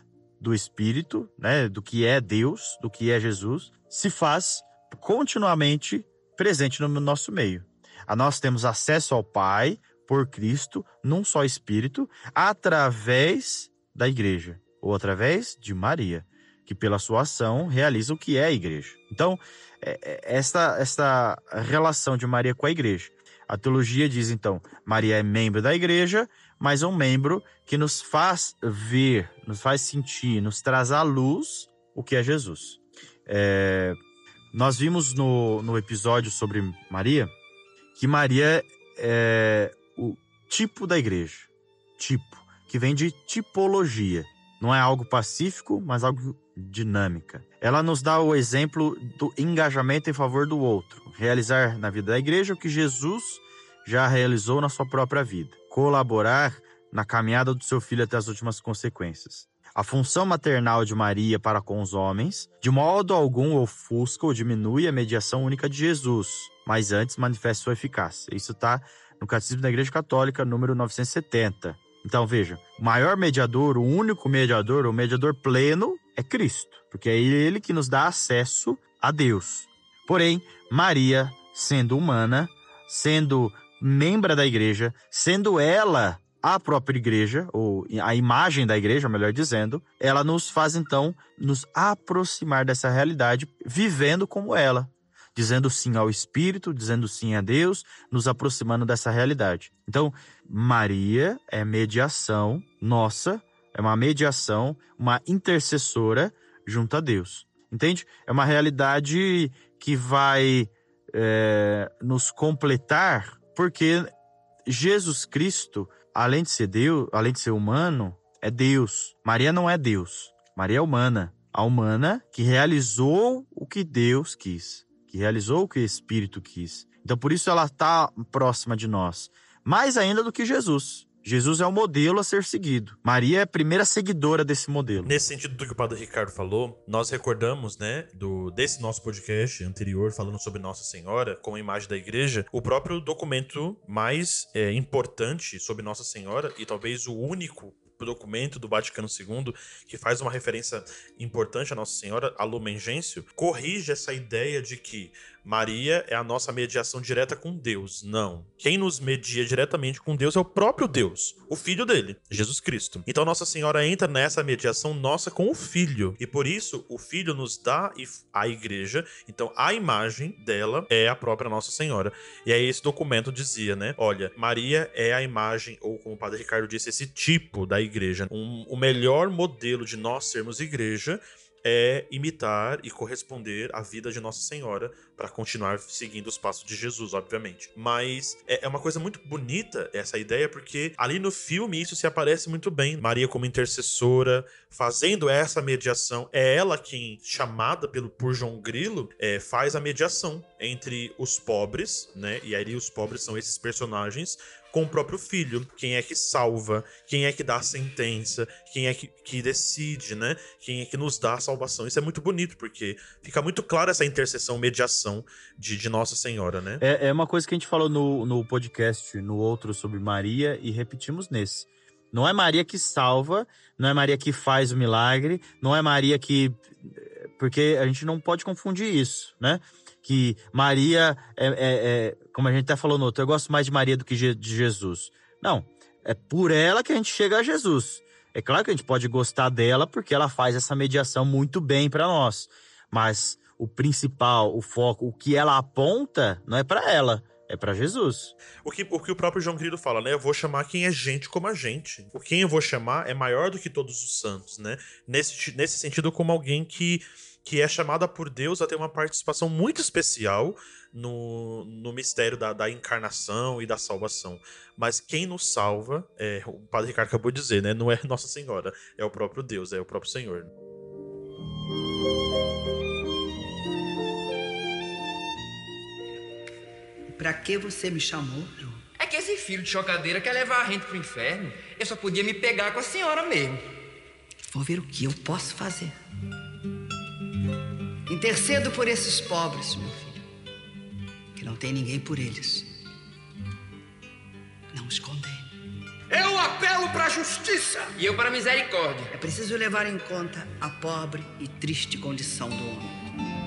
do Espírito, né, do que é Deus, do que é Jesus, se faz continuamente presente no nosso meio. A nós temos acesso ao Pai por Cristo, num só Espírito, através da igreja, ou através de Maria, que pela sua ação realiza o que é a igreja. Então, esta, esta relação de Maria com a igreja. A teologia diz, então, Maria é membro da igreja, mas é um membro que nos faz ver, nos faz sentir, nos traz à luz o que é Jesus. É, nós vimos no, no episódio sobre Maria, que Maria é o tipo da igreja. Tipo, que vem de tipologia. Não é algo pacífico, mas algo dinâmica. Ela nos dá o exemplo do engajamento em favor do outro. Realizar na vida da igreja o que Jesus já realizou na sua própria vida. Colaborar na caminhada do seu filho até as últimas consequências. A função maternal de Maria para com os homens, de modo algum ofusca ou diminui a mediação única de Jesus, mas antes manifesta sua eficácia. Isso está no Catecismo da Igreja Católica, número novecentos e setenta. Então, veja, o maior mediador, o único mediador, o mediador pleno é Cristo, porque é ele que nos dá acesso a Deus. Porém, Maria, sendo humana, sendo membro da igreja, sendo ela a própria igreja, ou a imagem da igreja, melhor dizendo, ela nos faz, então, nos aproximar dessa realidade, vivendo como ela, dizendo sim ao Espírito, dizendo sim a Deus, nos aproximando dessa realidade. Então, Maria é mediação nossa, é uma mediação, uma intercessora junto a Deus. Entende? É uma realidade que vai é, nos completar, porque Jesus Cristo, além de ser Deus, além de ser humano, é Deus. Maria não é Deus. Maria é humana. A humana que realizou o que Deus quis, que realizou o que o Espírito quis. Então, por isso ela está próxima de nós. Mais ainda do que Jesus. Jesus é o modelo a ser seguido. Maria é a primeira seguidora desse modelo. Nesse sentido do que o Padre Ricardo falou, nós recordamos, né, do, desse nosso podcast anterior, falando sobre Nossa Senhora, como imagem da igreja, o próprio documento mais é, importante sobre Nossa Senhora, e talvez o único documento do Vaticano segundo, que faz uma referência importante a Nossa Senhora, a Lumen Gentium, corrige essa ideia de que Maria é a nossa mediação direta com Deus. Não. Quem nos media diretamente com Deus é o próprio Deus, o Filho dele, Jesus Cristo. Então Nossa Senhora entra nessa mediação nossa com o Filho, e por isso o Filho nos dá a igreja, então a imagem dela é a própria Nossa Senhora. E aí esse documento dizia, né, olha, Maria é a imagem, ou como o Padre Ricardo disse, esse tipo da igreja. Um, o melhor modelo de nós sermos igreja é imitar e corresponder à vida de Nossa Senhora para continuar seguindo os passos de Jesus, obviamente. Mas é uma coisa muito bonita essa ideia, porque ali no filme isso se aparece muito bem. Maria como intercessora, fazendo essa mediação. É ela quem, chamada pelo, por João Grilo, é, faz a mediação entre os pobres, né? E aí os pobres são esses personagens com o próprio Filho. Quem é que salva, quem é que dá a sentença, quem é que, que decide, né? Quem é que nos dá a salvação. Isso é muito bonito, porque fica muito clara essa intercessão, mediação de, de Nossa Senhora, né? É, é uma coisa que a gente falou no, no podcast, no outro sobre Maria, e repetimos nesse. Não é Maria que salva, não é Maria que faz o milagre, não é Maria que... Porque a gente não pode confundir isso, né? Que Maria, é, é, é, como a gente até falou no outro, eu gosto mais de Maria do que de Jesus. Não, é por ela que a gente chega a Jesus. É claro que a gente pode gostar dela porque ela faz essa mediação muito bem para nós. Mas o principal, o foco, o que ela aponta, não é para ela, é para Jesus. O que, o que o próprio João Grilo fala, né? Eu vou chamar quem é gente como a gente. O quem eu vou chamar é maior do que todos os santos, né? Nesse, nesse sentido, como alguém que... que é chamada por Deus a ter uma participação muito especial no, no mistério da, da encarnação e da salvação. Mas quem nos salva, é, o Padre Ricardo acabou de dizer, né? Não é Nossa Senhora, é o próprio Deus, é o próprio Senhor. Pra que você me chamou, João? É que esse filho de chocadeira quer levar a gente pro inferno. Eu só podia me pegar com a senhora mesmo. Vou ver o que eu posso fazer. Intercedo por esses pobres, meu filho, que não tem ninguém por eles. Não os condene. Eu apelo pra justiça. E eu para a misericórdia. É preciso levar em conta a pobre e triste condição do homem.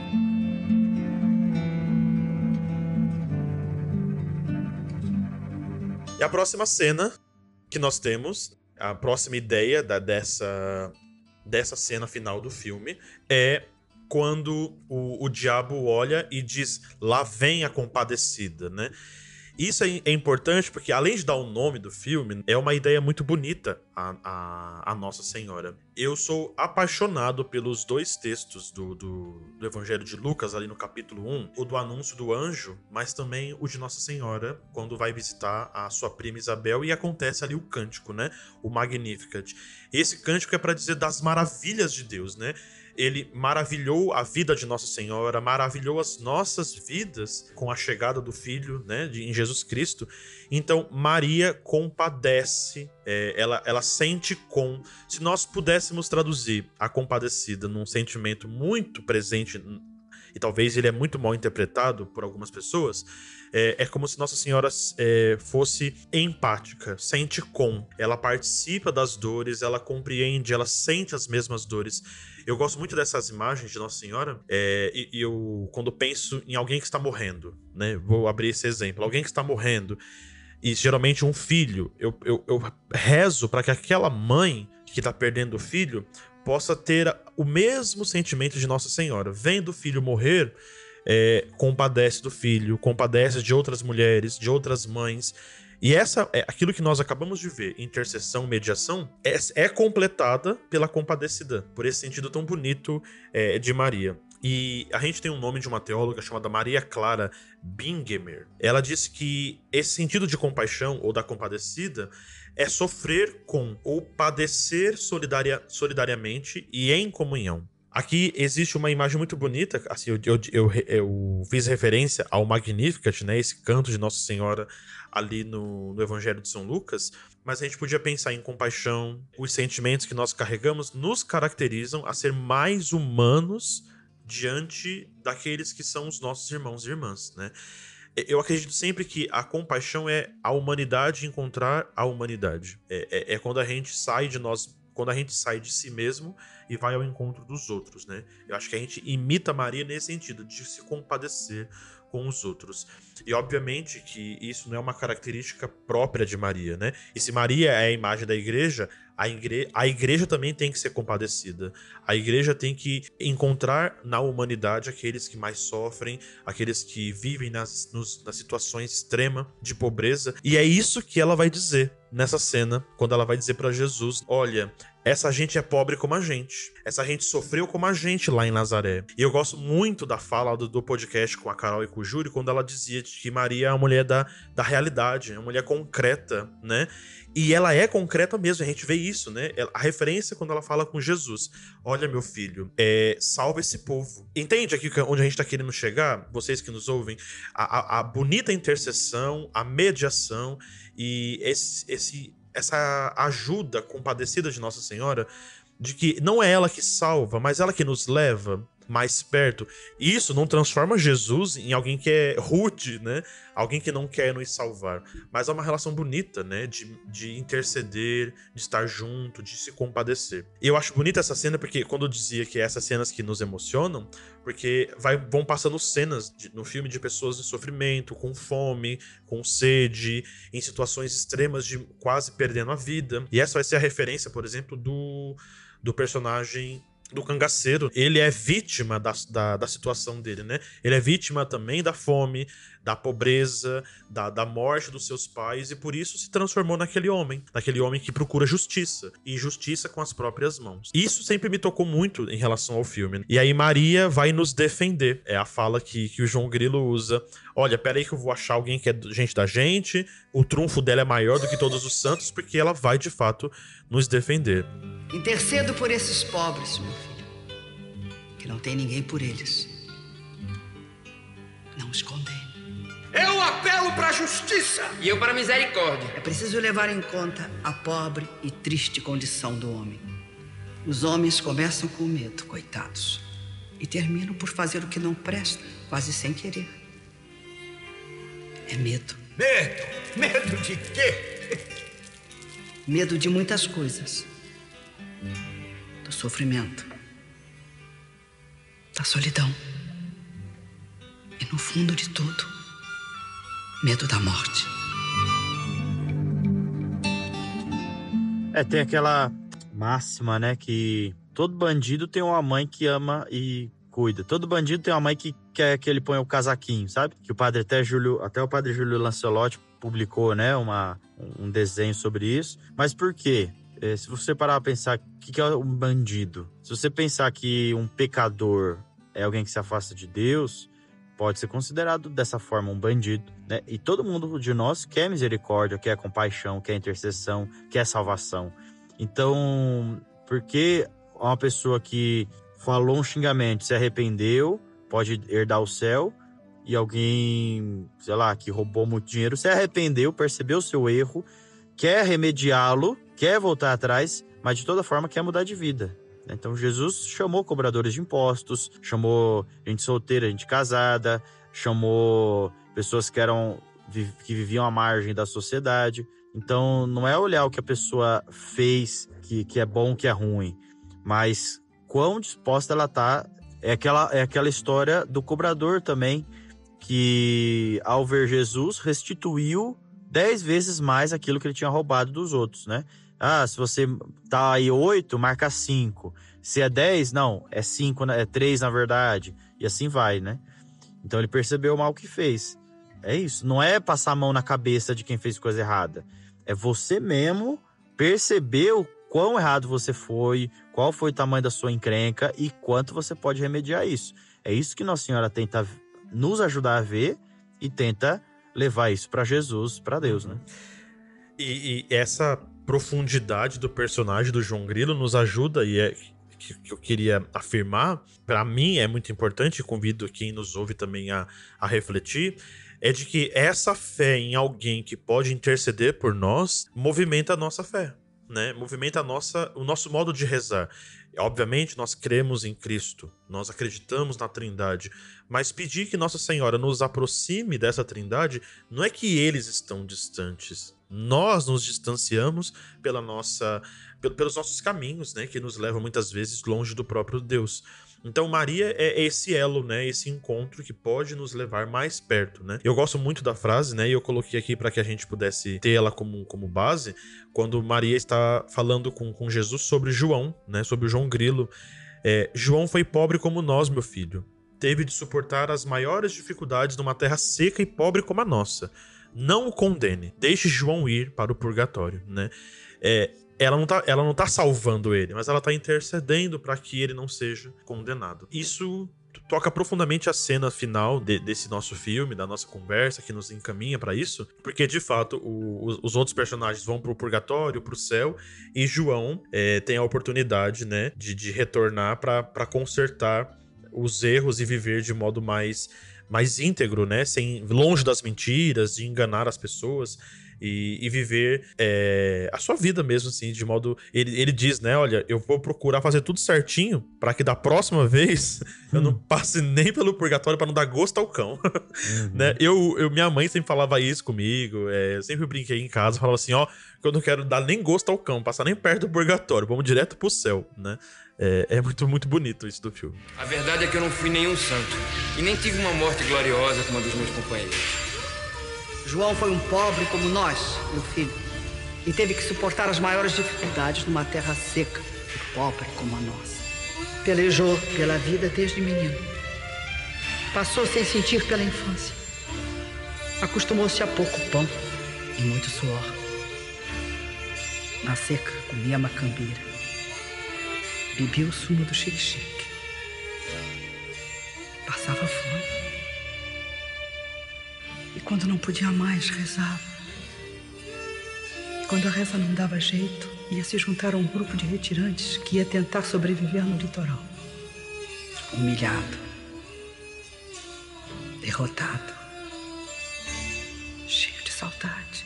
E a próxima cena que nós temos, a próxima ideia da, dessa, dessa cena final do filme é quando o, o diabo olha e diz, lá vem a compadecida, né? Isso é, é importante porque, além de dar o nome do filme, é uma ideia muito bonita a, a, a Nossa Senhora. Eu sou apaixonado pelos dois textos do, do, do Evangelho de Lucas, ali no capítulo um, o do anúncio do anjo, mas também o de Nossa Senhora, quando vai visitar a sua prima Isabel e acontece ali o cântico, né? O Magnificat. Esse cântico é para dizer das maravilhas de Deus, né? Ele maravilhou a vida de Nossa Senhora, maravilhou as nossas vidas com a chegada do Filho, né, de, em Jesus Cristo. Então, Maria compadece, é, ela, ela sente com... Se nós pudéssemos traduzir a compadecida num sentimento muito presente, e talvez ele é muito mal interpretado por algumas pessoas, é, é como se Nossa Senhora é, fosse empática, sente com. Ela participa das dores, ela compreende, ela sente as mesmas dores. Eu gosto muito dessas imagens de Nossa Senhora, é, e, e eu, quando penso em alguém que está morrendo, né? Vou abrir esse exemplo. Alguém que está morrendo, e geralmente um filho, eu, eu, eu rezo para que aquela mãe que está perdendo o filho possa ter o mesmo sentimento de Nossa Senhora. Vendo o filho morrer, é, compadece do filho, compadece de outras mulheres, de outras mães. E essa é aquilo que nós acabamos de ver, intercessão, mediação, é, é completada pela compadecida, por esse sentido tão bonito é, de Maria. E a gente tem um nome de uma teóloga chamada Maria Clara Bingemer. Ela disse que esse sentido de compaixão ou da compadecida é sofrer com ou padecer solidaria, solidariamente e em comunhão. Aqui existe uma imagem muito bonita, assim, eu, eu, eu, eu fiz referência ao Magnificat, né, esse canto de Nossa Senhora ali no, no Evangelho de São Lucas, mas a gente podia pensar em compaixão. Os sentimentos que nós carregamos nos caracterizam a ser mais humanos diante daqueles que são os nossos irmãos e irmãs, né? Eu acredito sempre que a compaixão é a humanidade encontrar a humanidade. É, é, é quando a gente sai de nós, quando a gente sai de si mesmo e vai ao encontro dos outros, né? Eu acho que a gente imita Maria nesse sentido, de se compadecer com os outros. E obviamente que isso não é uma característica própria de Maria, né? E se Maria é a imagem da igreja, a, igre... a igreja também tem que ser compadecida. A igreja tem que encontrar na humanidade aqueles que mais sofrem, aqueles que vivem nas, nos, nas situações extremas de pobreza. E é isso que ela vai dizer nessa cena, quando ela vai dizer para Jesus, olha, essa gente é pobre como a gente. Essa gente sofreu como a gente lá em Nazaré. E eu gosto muito da fala do, do podcast com a Carol e com o Júlio, quando ela dizia que Maria é a mulher da, da realidade, é uma mulher concreta, né? E ela é concreta mesmo, a gente vê isso, né? A referência quando ela fala com Jesus. Olha, meu filho, é, salva esse povo. Entende aqui onde a gente tá querendo chegar? Vocês que nos ouvem. A, a, a bonita intercessão, a mediação e esse... esse essa ajuda compadecida de Nossa Senhora, de que não é ela que salva, mas ela que nos leva mais perto. E isso não transforma Jesus em alguém que é rude, né? Alguém que não quer nos salvar. Mas é uma relação bonita, né? De, de interceder, de estar junto, de se compadecer. E eu acho bonita essa cena porque, quando eu dizia que é essas cenas que nos emocionam, porque vai, vão passando cenas de, no filme de pessoas em sofrimento, com fome, com sede, em situações extremas de quase perdendo a vida. E essa vai ser a referência, por exemplo, do, do personagem do cangaceiro. Ele é vítima da, da, da situação dele, né? Ele é vítima também da fome, da pobreza, da, da morte dos seus pais, e por isso se transformou naquele homem, naquele homem que procura justiça, e justiça com as próprias mãos. Isso sempre me tocou muito em relação ao filme. E aí Maria vai nos defender. É a fala que, que o João Grilo usa. Olha, peraí que eu vou achar alguém que é gente da gente, o trunfo dela é maior do que todos os santos, porque ela vai, de fato, nos defender. Intercedo por esses pobres, meu filho, que não tem ninguém por eles. Não os condene. Eu apelo para a justiça. E eu para a misericórdia. É preciso levar em conta a pobre e triste condição do homem. Os homens começam com medo, coitados, e terminam por fazer o que não presta, quase sem querer. É medo. Medo? Medo de quê? Medo de muitas coisas. Do sofrimento. Da solidão. E no fundo de tudo, medo da morte. É, tem aquela máxima, né, que todo bandido tem uma mãe que ama e cuida. Todo bandido tem uma mãe que quer que ele ponha o casaquinho, sabe? Que o padre até Júlio, até o padre Júlio Lancelotti publicou, né, uma, um desenho sobre isso. Mas por quê? É, se você parar pra pensar, o que, que é um bandido? Se você pensar que um pecador é alguém que se afasta de Deus, pode ser considerado dessa forma um bandido, né? E todo mundo de nós quer misericórdia, quer compaixão, quer intercessão, quer salvação. Então, porque uma pessoa que falou um xingamento, se arrependeu, pode herdar o céu, e alguém, sei lá, que roubou muito dinheiro, se arrependeu, percebeu o seu erro, quer remediá-lo, quer voltar atrás, mas de toda forma quer mudar de vida. Então Jesus chamou cobradores de impostos, chamou gente solteira, gente casada, chamou pessoas que eram que viviam à margem da sociedade. Então não é olhar o que a pessoa fez, que, que é bom, que é ruim, mas quão disposta ela tá. É aquela, é aquela história do cobrador também, que ao ver Jesus restituiu dez vezes mais aquilo que ele tinha roubado dos outros, né? Ah, se você tá aí oito, marca cinco. Se é dez, não, é cinco, é três na verdade. E assim vai, né? Então ele percebeu o mal que fez. É isso, não é passar a mão na cabeça de quem fez coisa errada. É você mesmo perceber o quão errado você foi, qual foi o tamanho da sua encrenca e quanto você pode remediar isso. É isso que Nossa Senhora tenta nos ajudar a ver e tenta levar isso para Jesus, para Deus, né? E, e essa profundidade do personagem do João Grilo nos ajuda, e é que, que eu queria afirmar, para mim é muito importante, e convido quem nos ouve também a, a refletir, é de que essa fé em alguém que pode interceder por nós movimenta a nossa fé, né? Movimenta a nossa, o nosso modo de rezar. Obviamente nós cremos em Cristo, nós acreditamos na Trindade, mas pedir que Nossa Senhora nos aproxime dessa Trindade não é que eles estão distantes. Nós nos distanciamos pela nossa, pelos nossos caminhos, né, que nos levam muitas vezes longe do próprio Deus. Então Maria é esse elo, né, esse encontro que pode nos levar mais perto, né? Eu gosto muito da frase, né, e eu coloquei aqui para que a gente pudesse ter ela como, como base, quando Maria está falando com, com Jesus sobre João, né, sobre o João Grilo. É, João foi pobre como nós, meu filho. Teve de suportar as maiores dificuldades numa terra seca e pobre como a nossa. Não o condene, deixe João ir para o purgatório, né? É, ela, não tá, ela não tá salvando ele, mas ela tá intercedendo para que ele não seja condenado. Isso toca profundamente a cena final de, desse nosso filme, da nossa conversa, que nos encaminha para isso, porque de fato o, os, os outros personagens vão pro purgatório, pro céu, e João é, tem a oportunidade, né, de, de retornar para consertar os erros e viver de modo mais mais íntegro, né? Sem, longe das mentiras, de enganar as pessoas e, e viver é, a sua vida mesmo, assim, de modo... Ele, ele diz, né? Olha, eu vou procurar fazer tudo certinho para que da próxima vez hum. eu não passe nem pelo purgatório para não dar gosto ao cão. Uhum. Né? Eu, eu, minha mãe sempre falava isso comigo, é, eu sempre brinquei em casa, falava assim, ó, que eu não quero dar nem gosto ao cão, passar nem perto do purgatório, vamos direto pro céu, né? É, é muito, muito bonito isso do filme. A verdade é que eu não fui nenhum santo. E nem tive uma morte gloriosa como a dos meus companheiros. João foi um pobre como nós, meu filho. E teve que suportar as maiores dificuldades numa terra seca e pobre como a nossa. Pelejou pela vida desde menino. Passou sem sentir pela infância. Acostumou-se a pouco pão e muito suor. Na seca, comia macambira. Bebia o sumo do xique-xique. Passava fome. E quando não podia mais, rezava. E quando a reza não dava jeito, ia se juntar a um grupo de retirantes que ia tentar sobreviver no litoral. Humilhado. Derrotado. Cheio de saudade.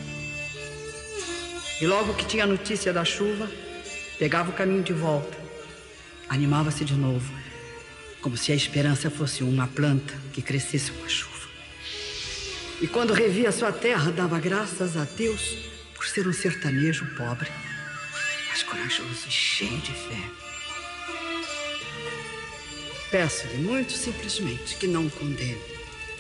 E logo que tinha notícia da chuva, pegava o caminho de volta. Animava-se de novo, como se a esperança fosse uma planta que crescesse com a chuva. E quando revia sua terra, dava graças a Deus por por ser um sertanejo pobre, mas corajoso e cheio de fé. Peço-lhe muito simplesmente que não o condene.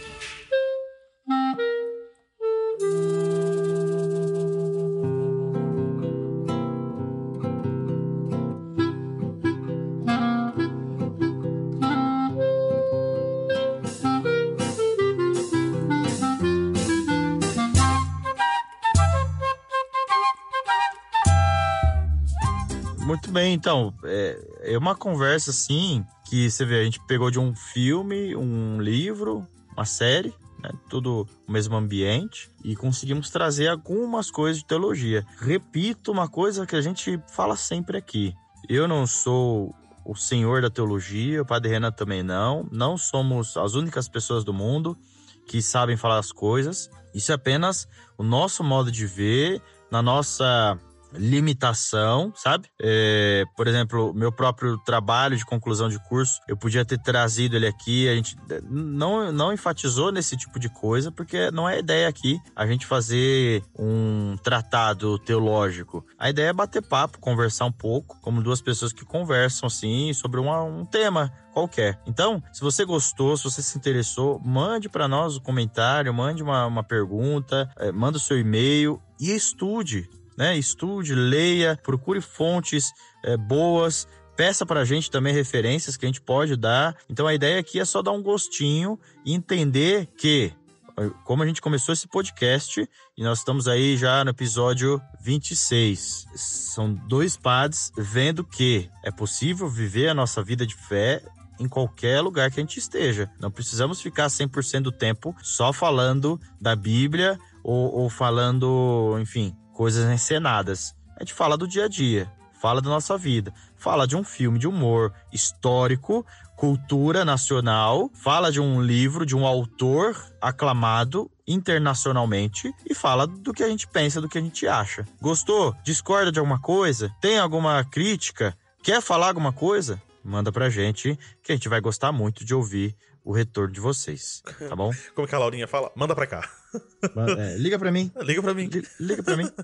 Muito bem, então, é, é uma conversa assim que você vê, a gente pegou de um filme, um livro, uma série, né, tudo no mesmo ambiente, e conseguimos trazer algumas coisas de teologia. Repito uma coisa que a gente fala sempre aqui: eu não sou o senhor da teologia, o Padre Renan também não, não somos as únicas pessoas do mundo que sabem falar as coisas. Isso é apenas o nosso modo de ver, na nossa limitação, sabe? É, por exemplo, meu próprio trabalho de conclusão de curso, eu podia ter trazido ele aqui, a gente não, não enfatizou nesse tipo de coisa, porque não é ideia aqui a gente fazer um tratado teológico. A ideia é bater papo, conversar um pouco, como duas pessoas que conversam, assim, sobre uma, um tema qualquer. Então, se você gostou, se você se interessou, mande para nós um comentário, mande uma, uma pergunta, é, manda o seu e-mail e estude. Né? Estude, leia, procure fontes é, boas, peça pra gente também referências que a gente pode dar. Então a ideia aqui é só dar um gostinho e entender que, como a gente começou esse podcast, e nós estamos aí já no episódio vinte e seis, são dois padres vendo que é possível viver a nossa vida de fé em qualquer lugar que a gente esteja. Não precisamos ficar cem por cento do tempo só falando da Bíblia ou, ou falando, enfim, coisas encenadas. A gente fala do dia a dia, fala da nossa vida, fala de um filme de humor histórico, cultura nacional, fala de um livro, de um autor aclamado internacionalmente e fala do que a gente pensa, do que a gente acha. Gostou? Discorda de alguma coisa? Tem alguma crítica? Quer falar alguma coisa? Manda pra gente, que a gente vai gostar muito de ouvir o retorno de vocês, tá bom? Como que a Laurinha fala? Manda pra cá. É, liga pra mim. Liga pra mim. Liga pra mim.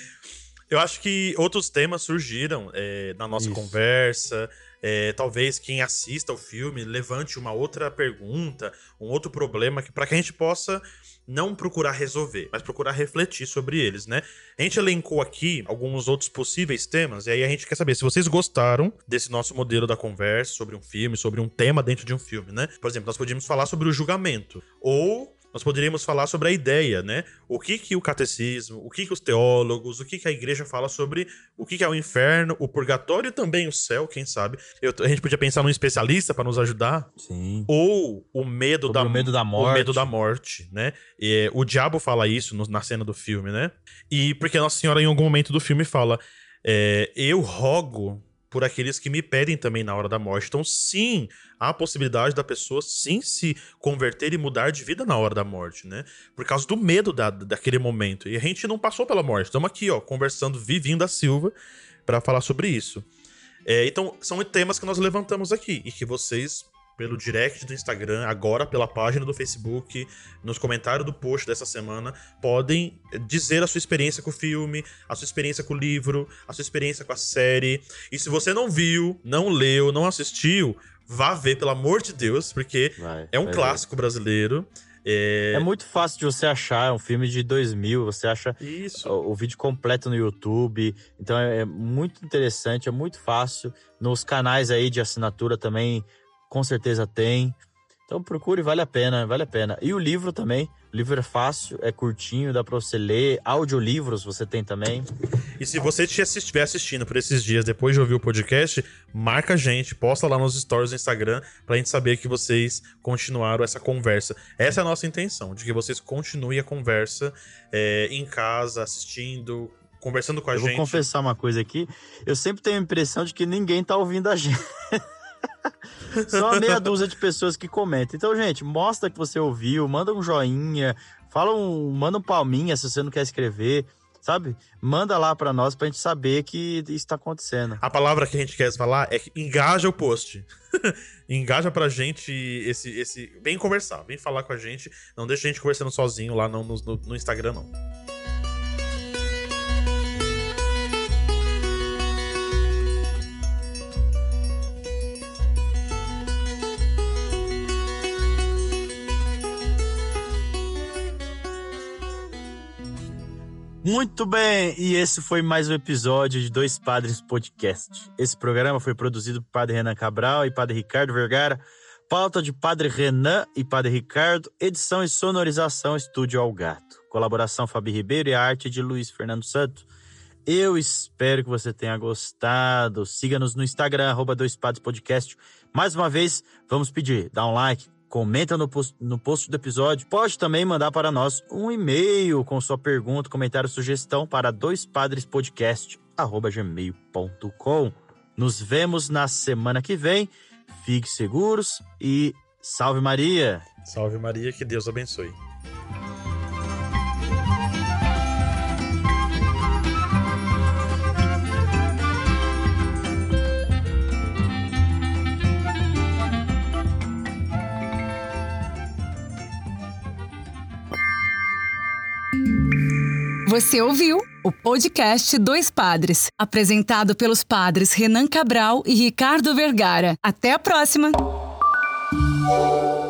Eu acho que outros temas surgiram é, na nossa Isso. conversa. É, talvez quem assista o filme levante uma outra pergunta, um outro problema, para que a gente possa não procurar resolver, mas procurar refletir sobre eles, né? A gente elencou aqui alguns outros possíveis temas, e aí a gente quer saber se vocês gostaram desse nosso modelo da conversa sobre um filme, sobre um tema dentro de um filme, né? Por exemplo, nós podíamos falar sobre o julgamento, ou nós poderíamos falar sobre a ideia, né? O que que o catecismo, o que que os teólogos, o que que a igreja fala sobre o que que é o inferno, o purgatório e também o céu, quem sabe. Eu, a gente podia pensar num especialista para nos ajudar. Sim. Ou o medo, da, o medo da morte. O medo da morte, né? E, o diabo fala isso no, na cena do filme, né? E porque Nossa Senhora em algum momento do filme fala, é, eu rogo por aqueles que me pedem também na hora da morte. Então, sim, há a possibilidade da pessoa, sim, se converter e mudar de vida na hora da morte, né? Por causa do medo da, daquele momento. E a gente não passou pela morte. Estamos aqui, ó, conversando Vivinho da Silva para falar sobre isso. É, então, são temas que nós levantamos aqui e que vocês, pelo direct do Instagram, agora pela página do Facebook, nos comentários do post dessa semana, podem dizer a sua experiência com o filme, a sua experiência com o livro, a sua experiência com a série. E se você não viu, não leu, não assistiu, vá ver, pelo amor de Deus, porque vai, é um clássico ver. brasileiro. É... é muito fácil de você achar, é um filme de dois mil, você acha Isso. O, o vídeo completo no YouTube, então é, é muito interessante, é muito fácil. Nos canais aí de assinatura também, com certeza tem. Então procure, vale a pena, vale a pena. E o livro também. O livro é fácil, é curtinho, dá pra você ler. Audiolivros você tem também. E se você estiver assistindo por esses dias, depois de ouvir o podcast, marca a gente, posta lá nos stories do Instagram pra gente saber que vocês continuaram essa conversa. Essa é a nossa intenção, de que vocês continuem a conversa é, em casa, assistindo, conversando com a eu gente. Eu vou confessar uma coisa aqui. Eu sempre tenho a impressão de que ninguém tá ouvindo a gente. Só uma meia dúzia de pessoas que comentam. Então, gente, mostra que você ouviu, manda um joinha, fala um, manda um palminha se você não quer escrever, sabe? Manda lá pra nós pra gente saber que isso tá acontecendo. A palavra que a gente quer falar é que engaja o post. Engaja pra gente esse, esse... Vem conversar, vem falar com a gente. Não deixa a gente conversando sozinho lá no, no, no Instagram, não. Muito bem, e esse foi mais um episódio de Dois Padres Podcast. Esse programa foi produzido por Padre Renan Cabral e Padre Ricardo Vergara. Pauta de Padre Renan e Padre Ricardo. Edição e sonorização Estúdio Ao Gato. Colaboração Fabi Ribeiro e a arte de Luiz Fernando Santos. Eu espero que você tenha gostado. Siga-nos no Instagram, arroba Dois Padres Podcast. Mais uma vez, vamos pedir, dá um like, comenta no post, no post do episódio. Pode também mandar para nós um e-mail com sua pergunta, comentário, sugestão para doispadrespodcast, arroba gmail ponto com. Nos vemos na semana que vem. Fiquem seguros e salve Maria! Salve Maria, que Deus abençoe. Você ouviu o podcast Dois Padres, apresentado pelos padres Renan Cabral e Ricardo Vergara. Até a próxima!